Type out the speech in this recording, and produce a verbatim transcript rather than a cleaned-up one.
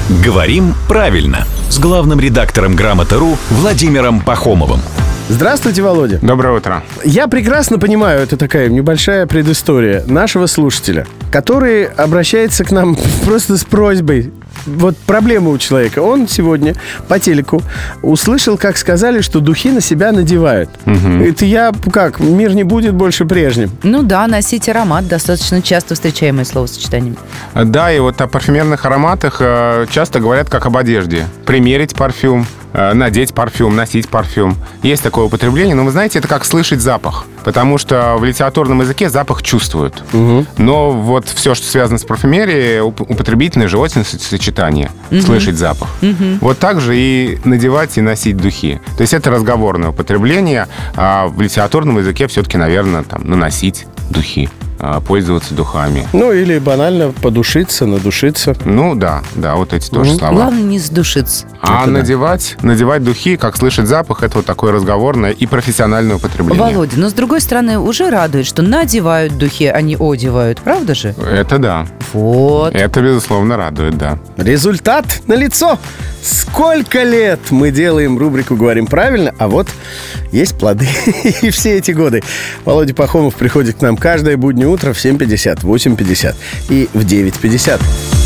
Говорим правильно с главным редактором Грамоты.ру Владимиром Пахомовым. Здравствуйте, Володя. Доброе утро. Я прекрасно понимаю, это такая небольшая предыстория нашего слушателя, который обращается к нам просто с просьбой. Вот проблема у человека. Он сегодня по телеку услышал, как сказали, что духи на себя надевают. Угу. Это я как? Мир не будет больше прежним. Ну да, носить аромат достаточно часто встречаемое словосочетание. Да, и вот о парфюмерных ароматах э, часто говорят как об одежде. Примерить парфюм, э, надеть парфюм, носить парфюм. Есть такое употребление, но вы знаете, это как слышать запах. Потому что в литературном языке запах чувствуют. Угу. Но вот все, что связано с парфюмерией, уп- употребительное, животное сочетание, Угу. слышать запах. Угу. Вот так же и надевать и носить духи. То есть это разговорное употребление, а в литературном языке все-таки, наверное, там, наносить духи, а, пользоваться духами. Ну, или банально подушиться, надушиться. Ну, да, да, вот эти тоже Мгм. слова. Главное не сдушиться. А Это да. надевать, надевать духи, как слышать запах, это вот такое разговорное и профессиональное употребление. Володя, но с другой стороны уже радует, что надевают духи, а не одевают, правда же? Это да. Вот. Это, безусловно, радует, да. Результат налицо. Сколько лет мы делаем рубрику «Говорим правильно», а вот есть плоды. И все эти годы Володя Пахомов приходит к нам каждое буднее утро в семь пятьдесят, восемь пятьдесят и в девять пятьдесят.